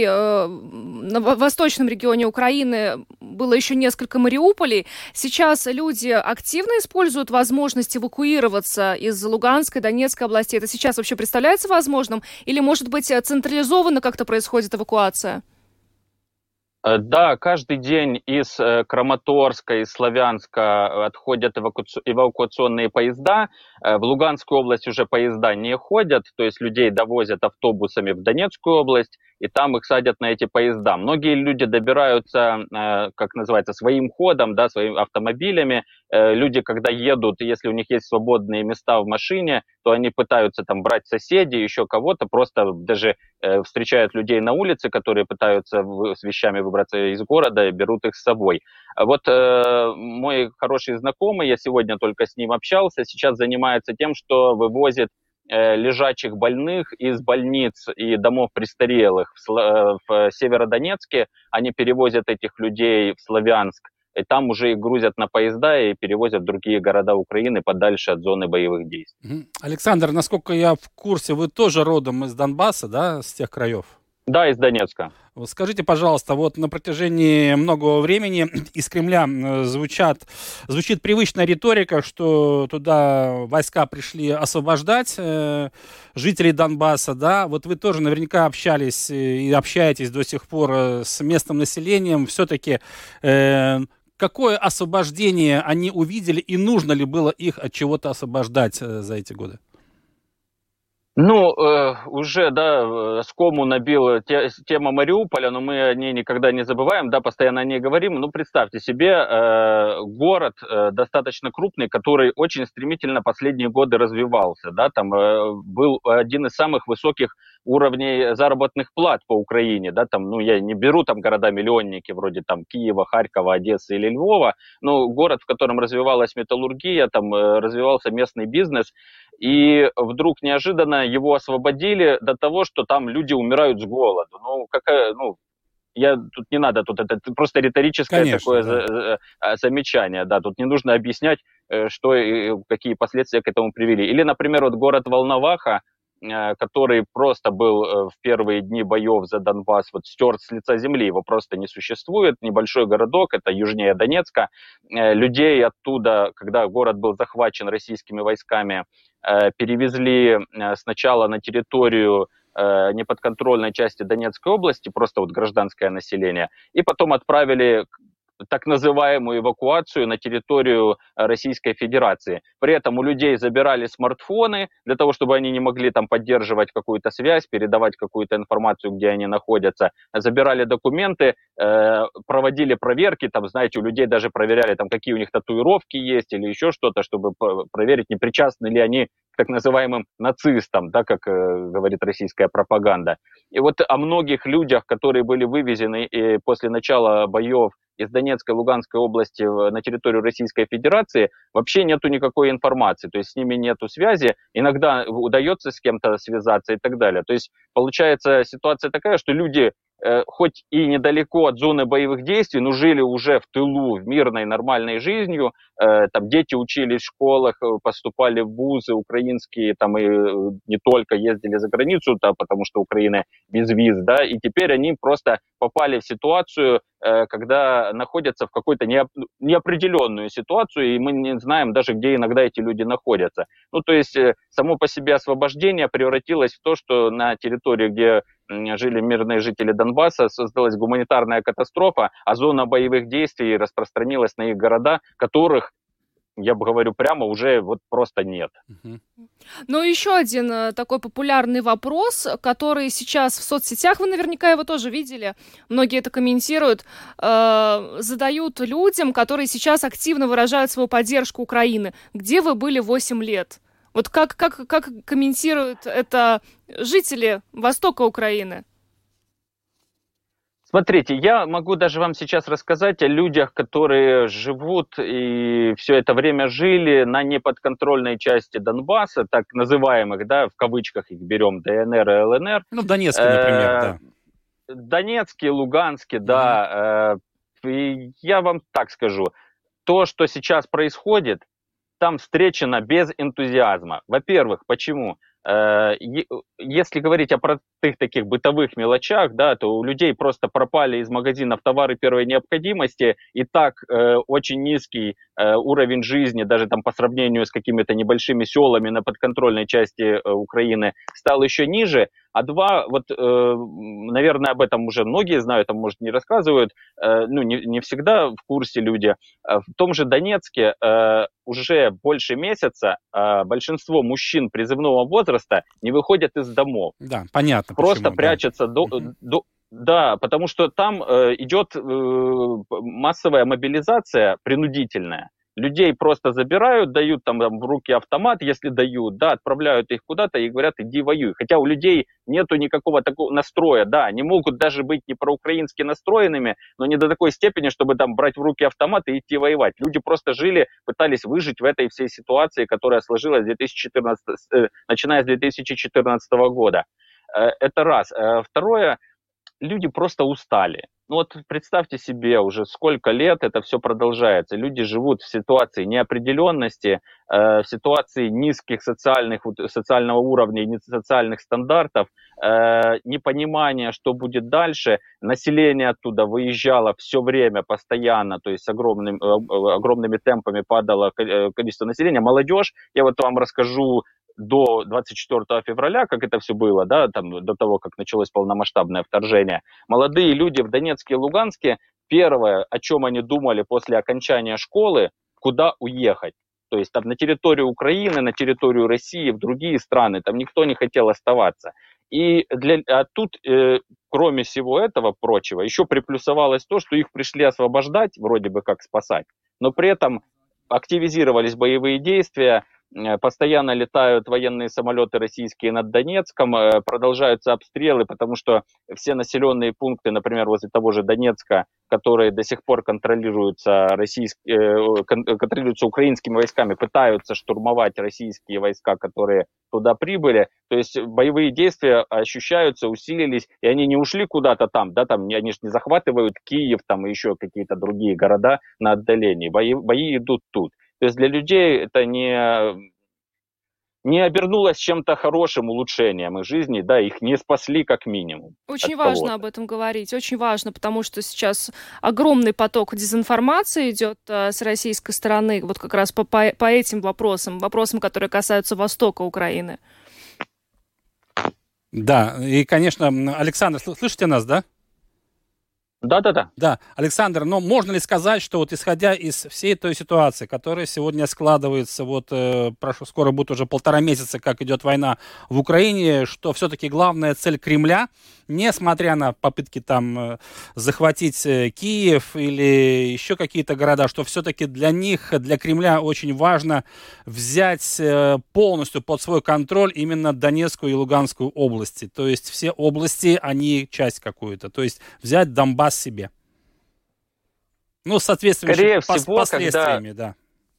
на восточном регионе Украины было еще несколько Мариуполей. Сейчас люди активно используют возможность эвакуироваться из Луганской, Донецкой областей. Это сейчас вообще представляется возможным? Или, может быть, централизованно как-то происходит эвакуация? Да, каждый день из Краматорска, из Славянска отходят эвакуационные поезда. В Луганскую область уже поезда не ходят, то есть людей довозят автобусами в Донецкую область, и там их садят на эти поезда. Многие люди добираются, как называется, своим ходом, да, своими автомобилями. Люди, когда едут, если у них есть свободные места в машине, то они пытаются там брать соседей, еще кого-то, просто даже встречают людей на улице, которые пытаются с вещами выбраться из города, и берут их с собой. Вот э, мой хороший знакомый, я сегодня только с ним общался, сейчас занимается тем, что вывозит э, лежачих больных из больниц и домов престарелых в, э, в Северодонецке. Они перевозят этих людей в Славянск, и там уже их грузят на поезда и перевозят в другие города Украины подальше от зоны боевых действий. Александр, насколько я в курсе, вы тоже родом из Донбасса, да, с тех краев? Да, из Донецка. Скажите, пожалуйста, вот на протяжении многого времени из Кремля звучат, звучит привычная риторика, что туда войска пришли освобождать э, жителей Донбасса, да? Вот вы тоже наверняка общались и общаетесь до сих пор с местным населением. Все-таки э, какое освобождение они увидели и нужно ли было их от чего-то освобождать за эти годы? Ну, э, уже, да, скому набила те, тема Мариуполя, но мы о ней никогда не забываем, да, постоянно о ней говорим. Ну, представьте себе, э, город э, достаточно крупный, который очень стремительно последние годы развивался, да, там э, был один из самых высоких уровней заработных плат по Украине, да, там, ну, я не беру там города-миллионники вроде там Киева, Харькова, Одессы или Львова, но город, в котором развивалась металлургия, там э, развивался местный бизнес, и вдруг неожиданно его освободили до того, что там люди умирают с голоду. Ну, какая, ну, я тут не надо, тут это просто риторическое Конечно, такое да. за, замечание, да, тут не нужно объяснять, что и какие последствия к этому привели. Или, например, вот город Волноваха, который просто был в первые дни боев за Донбасс вот стерт с лица земли, его просто не существует, небольшой городок, это южнее Донецка, людей оттуда, когда город был захвачен российскими войсками, перевезли сначала на территорию неподконтрольной части Донецкой области, просто вот гражданское население, и потом отправили так называемую эвакуацию на территорию Российской Федерации. При этом у людей забирали смартфоны для того, чтобы они не могли там поддерживать какую-то связь, передавать какую-то информацию, где они находятся. Забирали документы, э, проводили проверки, там, знаете, у людей даже проверяли, там, какие у них татуировки есть или еще что-то, чтобы проверить, не причастны ли они к так называемым нацистам, да, как э, говорит российская пропаганда. И вот о многих людях, которые были вывезены и после начала боев из Донецкой и Луганской области на территорию Российской Федерации, вообще нету никакой информации, то есть с ними нету связи, иногда удается с кем-то связаться и так далее. То есть получается ситуация такая, что люди э, хоть и недалеко от зоны боевых действий, но жили уже в тылу, в мирной нормальной жизнью, э, там дети учились в школах, поступали в вузы украинские, там и не только ездили за границу, да, потому что Украина без виз, да, и теперь они просто попали в ситуацию, когда находятся в какой-то неопределенную ситуацию, и мы не знаем даже, где иногда эти люди находятся. Ну, то есть само по себе освобождение превратилось в то, что на территории, где жили мирные жители Донбасса, создалась гуманитарная катастрофа, а зона боевых действий распространилась на их города, которых, я бы говорю прямо, уже вот просто нет. Ну, еще один э, такой популярный вопрос, который сейчас в соцсетях, вы наверняка его тоже видели, многие это комментируют, э, задают людям, которые сейчас активно выражают свою поддержку Украины. Где вы были восемь лет? Вот как, как, как комментируют это жители востока Украины? Смотрите, я могу даже вам сейчас рассказать о людях, которые живут и все это время жили на неподконтрольной части Донбасса, так называемых, да, в кавычках их берем, ДНР и ЛНР. Ну, в Донецке, например, да. Донецке, Луганске, да. И я вам так скажу, то, что сейчас происходит, там встречено без энтузиазма. Во-первых, почему? Если говорить о простых таких бытовых мелочах, да, то у людей просто пропали из магазинов товары первой необходимости, и так э, очень низкий э, уровень жизни, даже там по сравнению с какими-то небольшими селами на подконтрольной части э, Украины, стал еще ниже. А два, вот, э, наверное, об этом уже многие знают, там, может, не рассказывают, э, ну, не, не всегда в курсе люди. В том же Донецке э, уже больше месяца э, большинство мужчин призывного возраста не выходят из домов. Да, понятно. Просто почему, прячутся да. до, Угу. до... Да, потому что там э, идет э, массовая мобилизация принудительная. Людей просто забирают, дают там, там в руки автомат, если дают, да, отправляют их куда-то и говорят, иди воюй. Хотя у людей нету никакого такого настроя, да, они могут даже быть не проукраински настроенными, но не до такой степени, чтобы там брать в руки автомат и идти воевать. Люди просто жили, пытались выжить в этой всей ситуации, которая сложилась с две тысячи четырнадцатого, э, начиная с две тысячи четырнадцатого года. Э, это раз. Э, второе, люди просто устали. Ну вот представьте себе, уже сколько лет это все продолжается. Люди живут в ситуации неопределенности, э, в ситуации низких социальных, социального уровня и социальных стандартов, э, непонимания, что будет дальше. Население оттуда выезжало все время, постоянно, то есть с огромным, э, огромными темпами падало количество населения. Молодежь, я вот вам расскажу, до двадцать четвёртого февраля, как это все было, да, там, до того, как началось полномасштабное вторжение, молодые люди в Донецке и Луганске, первое, о чем они думали после окончания школы, куда уехать. То есть там на территорию Украины, на территорию России, в другие страны, там никто не хотел оставаться. И для, а тут, э, кроме всего этого прочего, еще приплюсовалось то, что их пришли освобождать, вроде бы как спасать, но при этом активизировались боевые действия, постоянно летают военные самолеты российские над Донецком, продолжаются обстрелы, потому что все населенные пункты, например, возле того же Донецка, которые до сих пор контролируются, российские, контролируются украинскими войсками, пытаются штурмовать российские войска, которые туда прибыли. То есть боевые действия ощущаются, усилились, и они не ушли куда-то там, да, там они же не захватывают Киев там и еще какие-то другие города на отдалении. Бои, бои идут тут. То есть для людей это не, не обернулось чем-то хорошим, улучшением их жизни, да, их не спасли как минимум. Очень важно кого-то. об этом говорить, очень важно, потому что сейчас огромный поток дезинформации идет а, с российской стороны, вот как раз по, по, по этим вопросам, вопросам, которые касаются востока Украины. Да, и, конечно, Александр, слышите нас, да? Да-да-да. Да, Александр, но можно ли сказать, что вот исходя из всей той ситуации, которая сегодня складывается, вот э, прошло, скоро будет уже полтора месяца, как идет война в Украине, что все-таки главная цель Кремля, несмотря на попытки там э, захватить э, Киев или еще какие-то города, что все-таки для них, для Кремля очень важно взять э, полностью под свой контроль именно Донецкую и Луганскую области. То есть все области, они часть какую-то. То есть взять Донбасс себе. Ну, соответственно, Скорее пос- всего, последствиями, когда... да.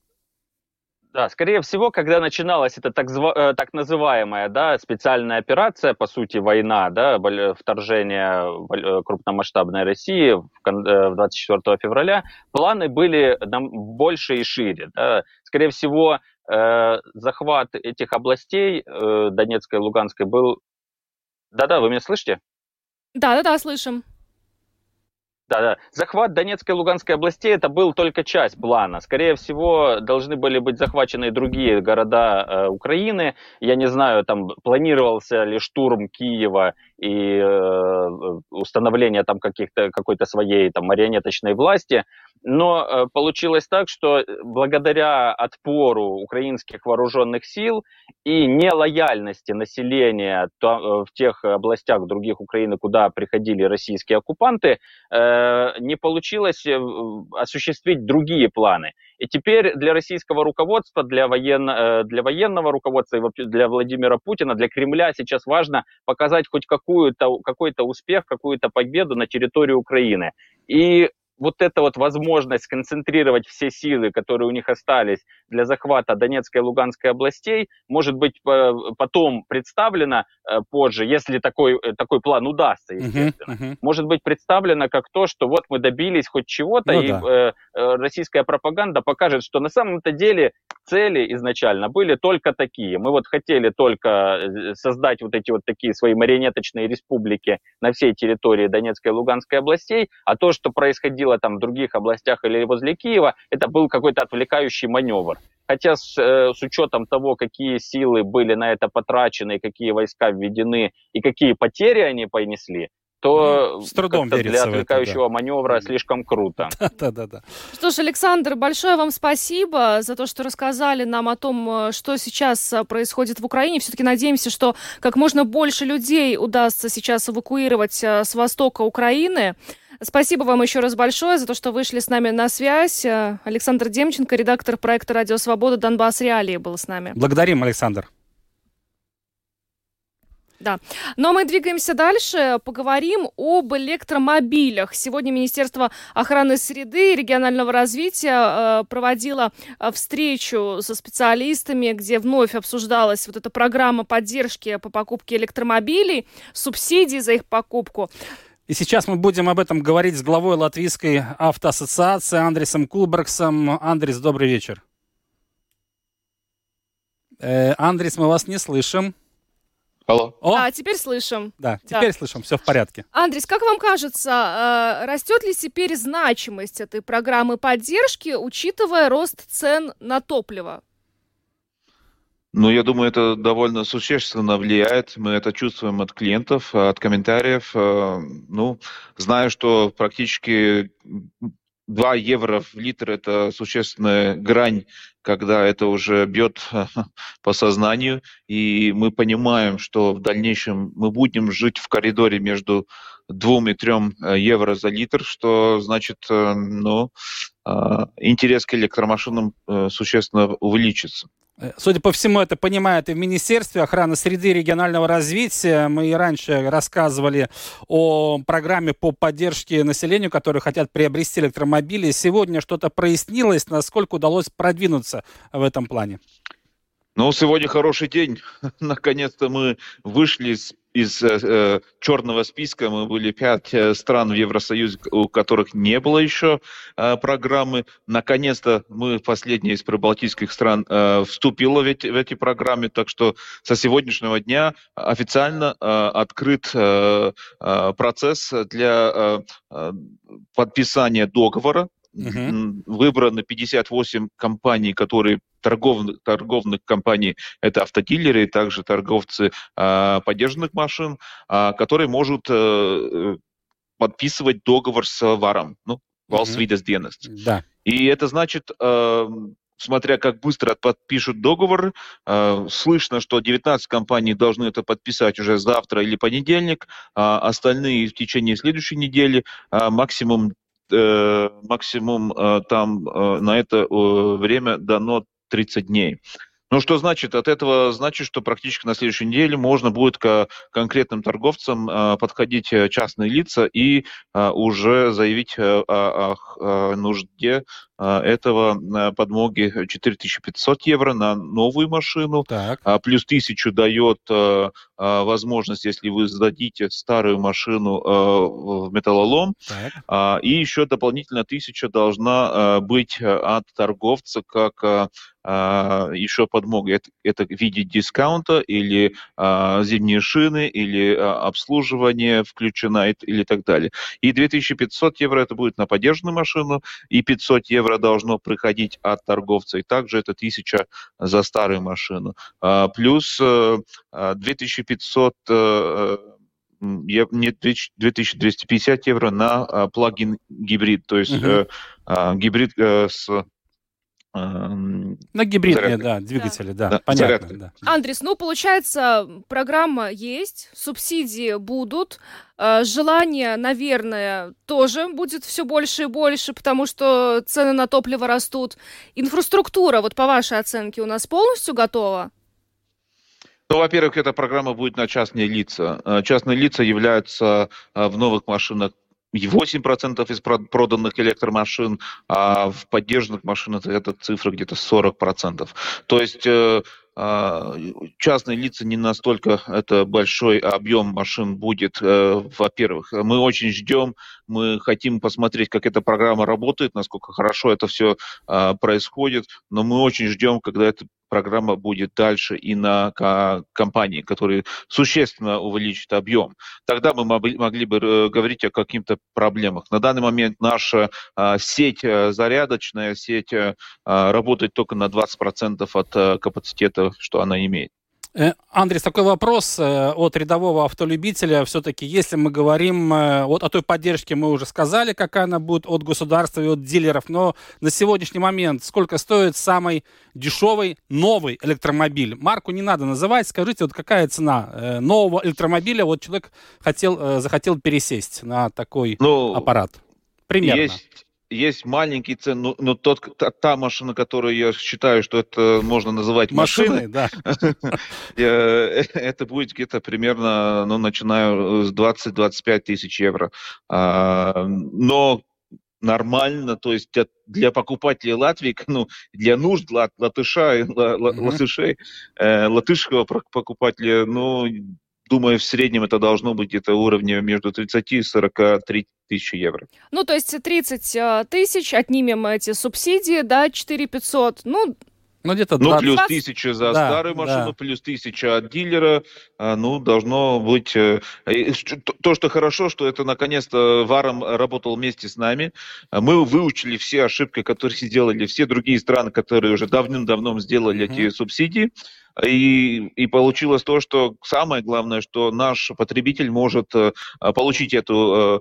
Да, скорее всего, когда начиналась эта так, зва- так называемая, да, специальная операция, по сути, война, да, вторжение крупномасштабной России в двадцать четвёртого февраля, планы были нам больше и шире. Да. Скорее всего, э, захват этих областей, э, Донецкой и Луганской, был... Да-да, вы меня слышите? Да-да-да, слышим. Да-да. Захват Донецкой и Луганской областей это был только часть плана. Скорее всего, должны были быть захвачены и другие города э, Украины. Я не знаю, там планировался ли штурм Киева и э, установление там каких-то, какой-то своей там марионеточной власти. Но э, получилось так, что благодаря отпору украинских вооруженных сил и нелояльности населения то, в тех областях других Украины, куда приходили российские оккупанты, э, не получилось осуществить другие планы. И теперь для российского руководства, для, военно, для военного руководства, для Владимира Путина, для Кремля сейчас важно показать хоть какую-то, какой-то успех, какую-то победу на территории Украины. И вот эта вот возможность сконцентрировать все силы, которые у них остались для захвата Донецкой и Луганской областей, может быть потом представлена позже, если такой, такой план удастся, естественно. Uh-huh, uh-huh. Может быть представлена как то, что вот мы добились хоть чего-то, ну, и да. э, российская пропаганда покажет, что на самом-то деле цели изначально были только такие. Мы вот хотели только создать вот эти вот такие свои марионеточные республики на всей территории Донецкой и Луганской областей, а то, что происходило там в других областях или возле Киева, это был какой-то отвлекающий маневр. Хотя с, э, с учетом того, какие силы были на это потрачены, какие войска введены и какие потери они понесли, то с трудом для отвлекающего это, да. маневра слишком круто. Да-да-да. Что ж, Александр, большое вам спасибо за то, что рассказали нам о том, что сейчас происходит в Украине. Все-таки надеемся, что как можно больше людей удастся сейчас эвакуировать с востока Украины. Спасибо вам еще раз большое за то, что вышли с нами на связь. Александр Демченко, редактор проекта «Радио Свобода. Донбасс. Реалии» был с нами. Благодарим, Александр. Да. Но мы двигаемся дальше. Поговорим об электромобилях. Сегодня Министерство охраны среды и регионального развития э, проводило э, встречу со специалистами, где вновь обсуждалась вот эта программа поддержки по покупке электромобилей, субсидии за их покупку. И сейчас мы будем об этом говорить с главой Латвийской автоассоциации Андрисом Кулбергсом. Андрис, добрый вечер. Э, Андрис, мы вас не слышим. Алло. О! А, теперь слышим. Да, теперь да. слышим, все в порядке. Андрис, как вам кажется, растет ли теперь значимость этой программы поддержки, учитывая рост цен на топливо? Ну, я думаю, это довольно существенно влияет. Мы это чувствуем от клиентов, от комментариев. Ну, знаю, что практически два евро в литр – это существенная грань, когда это уже бьет по сознанию, и мы понимаем, что в дальнейшем мы будем жить в коридоре между двум и трем евро за литр, что значит, ну, интерес к электромашинам существенно увеличится. Судя по всему, это понимают и в Министерстве охраны среды и регионального развития. Мы и раньше рассказывали о программе по поддержке населению, которые хотят приобрести электромобили. Сегодня что-то прояснилось, насколько удалось продвинуться в этом плане? Ну, сегодня хороший день. Наконец-то мы вышли из, из э, черного списка. Мы были пять э, стран в Евросоюзе, у которых не было еще э, программы. Наконец-то мы, последняя из прибалтийских стран, э, вступила в эти, в эти программы. Так что со сегодняшнего дня официально э, открыт э, э, процесс для э, подписания договора. Uh-huh. Выбрано пятьдесят восемь компаний, которые торговных, торговных компаний, это автодилеры, и также торговцы э, подержанных машин, э, которые могут э, подписывать договор с ВАРом, ну, Valstsvidesdienst. Uh-huh. Да. И это значит, э, смотря как быстро подпишут договор, э, слышно, что девятнадцать компаний должны это подписать уже завтра или понедельник, а остальные в течение следующей недели, э, максимум максимум там на это время дано тридцать дней. Ну, что значит? От этого значит, что практически на следующей неделе можно будет к конкретным торговцам подходить частные лица и уже заявить о, о, о нужде этого подмоги четыре тысячи пятьсот евро на новую машину. Так. Плюс тысячу дает возможность, если вы сдадите старую машину в металлолом. Так. И еще дополнительно тысяча должна быть от торговца как еще подмога. Это, это в виде дискаунта или а, зимние шины, или а, обслуживание включено, или так далее. И две тысячи пятьсот евро это будет на подержанную машину, и пятьсот евро должно приходить от торговца, и также это тысяча за старую машину. А, плюс а, две тысячи пятьсот а, нет, две тысячи двести пятьдесят евро на а, плагин гибрид, то есть uh-huh. а, гибрид а, с на гибридные, да, двигатели, да, да, понятно. Да. Андрис, ну, получается, программа есть, субсидии будут, желание, наверное, тоже будет все больше и больше, потому что цены на топливо растут. Инфраструктура, вот по вашей оценке, у нас полностью готова? Ну, во-первых, эта программа будет на частные лица. Частные лица являются в новых машинах восемь процентов из проданных электромашин, а в поддержанных машинах эта цифра где-то сорок процентов. То есть э, э, частные лица не настолько это большой объем машин будет. Э, во-первых, мы очень ждем, мы хотим посмотреть, как эта программа работает, насколько хорошо это все э, происходит, но мы очень ждем, когда эта программа будет дальше и на компании, которые существенно увеличат объем. Тогда мы могли бы говорить о каких-то проблемах. На данный момент наша а, сеть зарядочная, сеть а, работает только на двадцать процентов от а, капацитета, что она имеет. Андрей, такой вопрос от рядового автолюбителя. Все-таки, если мы говорим вот о той поддержке, мы уже сказали, какая она будет от государства и от дилеров, но на сегодняшний момент сколько стоит самый дешевый новый электромобиль? Марку не надо называть, скажите, вот какая цена нового электромобиля? Вот человек хотел, захотел пересесть на такой ну, аппарат. Примерно. Есть... Есть маленький цен, но, но тот, та, та машина, которую я считаю, что это можно называть машиной, да. Это будет где-то примерно, ну, начиная с двадцать-двадцать пять тысяч евро. Но нормально, то есть для покупателей Латвии, ну, для нужд лат, латыша, латышей, латышского покупателя, ну, думаю, в среднем это должно быть где-то уровня между тридцать и сорок три тысячи евро. Ну, то есть тридцать тысяч, отнимем эти субсидии, да, четыре тысячи пятьсот, ну... Ну, где-то ну плюс тысяча за да, старую машину, да. Плюс тысяча от дилера, ну, должно быть... То, что хорошо, что это, наконец-то, ВАРом работал вместе с нами. Мы выучили все ошибки, которые сделали все другие страны, которые уже давным-давно сделали mm-hmm. эти субсидии. И, и получилось то, что самое главное, что наш потребитель может получить эту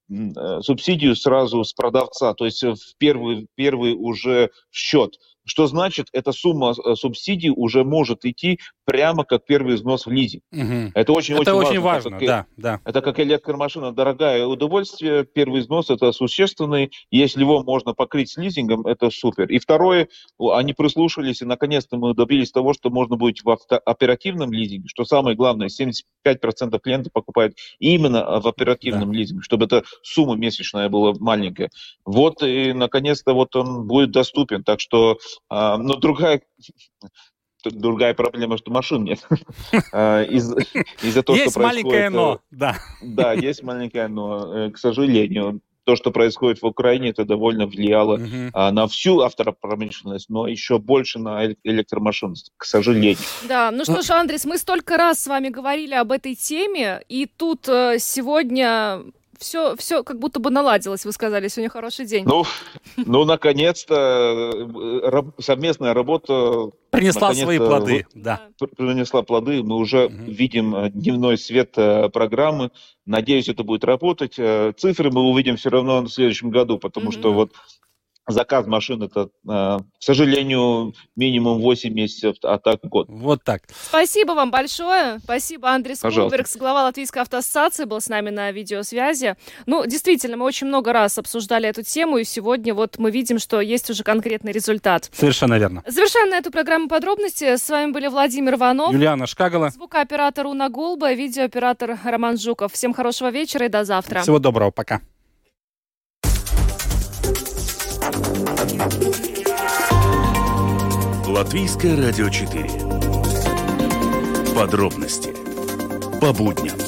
субсидию сразу с продавца, то есть в первый, первый уже в счет. Что значит, эта сумма субсидий уже может идти прямо как первый взнос в лизинг. Угу. Это очень, это очень, очень важно. важно, как, да, да. Это как электромашина, дорогое удовольствие. Первый взнос это существенный. Если его можно покрыть с лизингом, это супер. И второе, они прислушались, и наконец-то мы добились того, что можно будет в авто- оперативном лизинге, что самое главное, семьдесят пять процентов клиентов покупают именно в оперативном да. лизинге, чтобы эта сумма месячная была маленькая. Вот, и наконец-то вот он будет доступен. Так что А, но другая, другая проблема, что машин нет. Из, из-за того, есть что маленькое но, да. Да, есть маленькое но. К сожалению, то, что происходит в Украине, это довольно влияло uh-huh. а, на всю автопромышленность, но еще больше на электромашины, к сожалению. Да, ну что ж, Андрис, мы столько раз с вами говорили об этой теме, и тут э, сегодня... Все, все как будто бы наладилось, вы сказали, сегодня хороший день. Ну, ну наконец-то совместная работа принесла свои плоды. Да. Принесла плоды. Мы уже угу. видим дневной свет программы. Надеюсь, это будет работать. Цифры мы увидим все равно в следующем году, потому угу. что вот заказ машин это, к сожалению, минимум восемь месяцев, а так год. Вот так. Спасибо вам большое. Спасибо. Андрис Кулбергс, глава Латвийской автоассоциации, был с нами на видеосвязи. Ну, действительно, мы очень много раз обсуждали эту тему, и сегодня вот мы видим, что есть уже конкретный результат. Совершенно верно. Завершаем на эту программу подробности. С вами были Владимир Иванов, Юлиана Шкагала, звукооператор Уна Гулба, видеооператор Роман Жуков. Всем хорошего вечера и до завтра. Всего доброго. Пока. Латвийское радио четыре. Подробности по будням.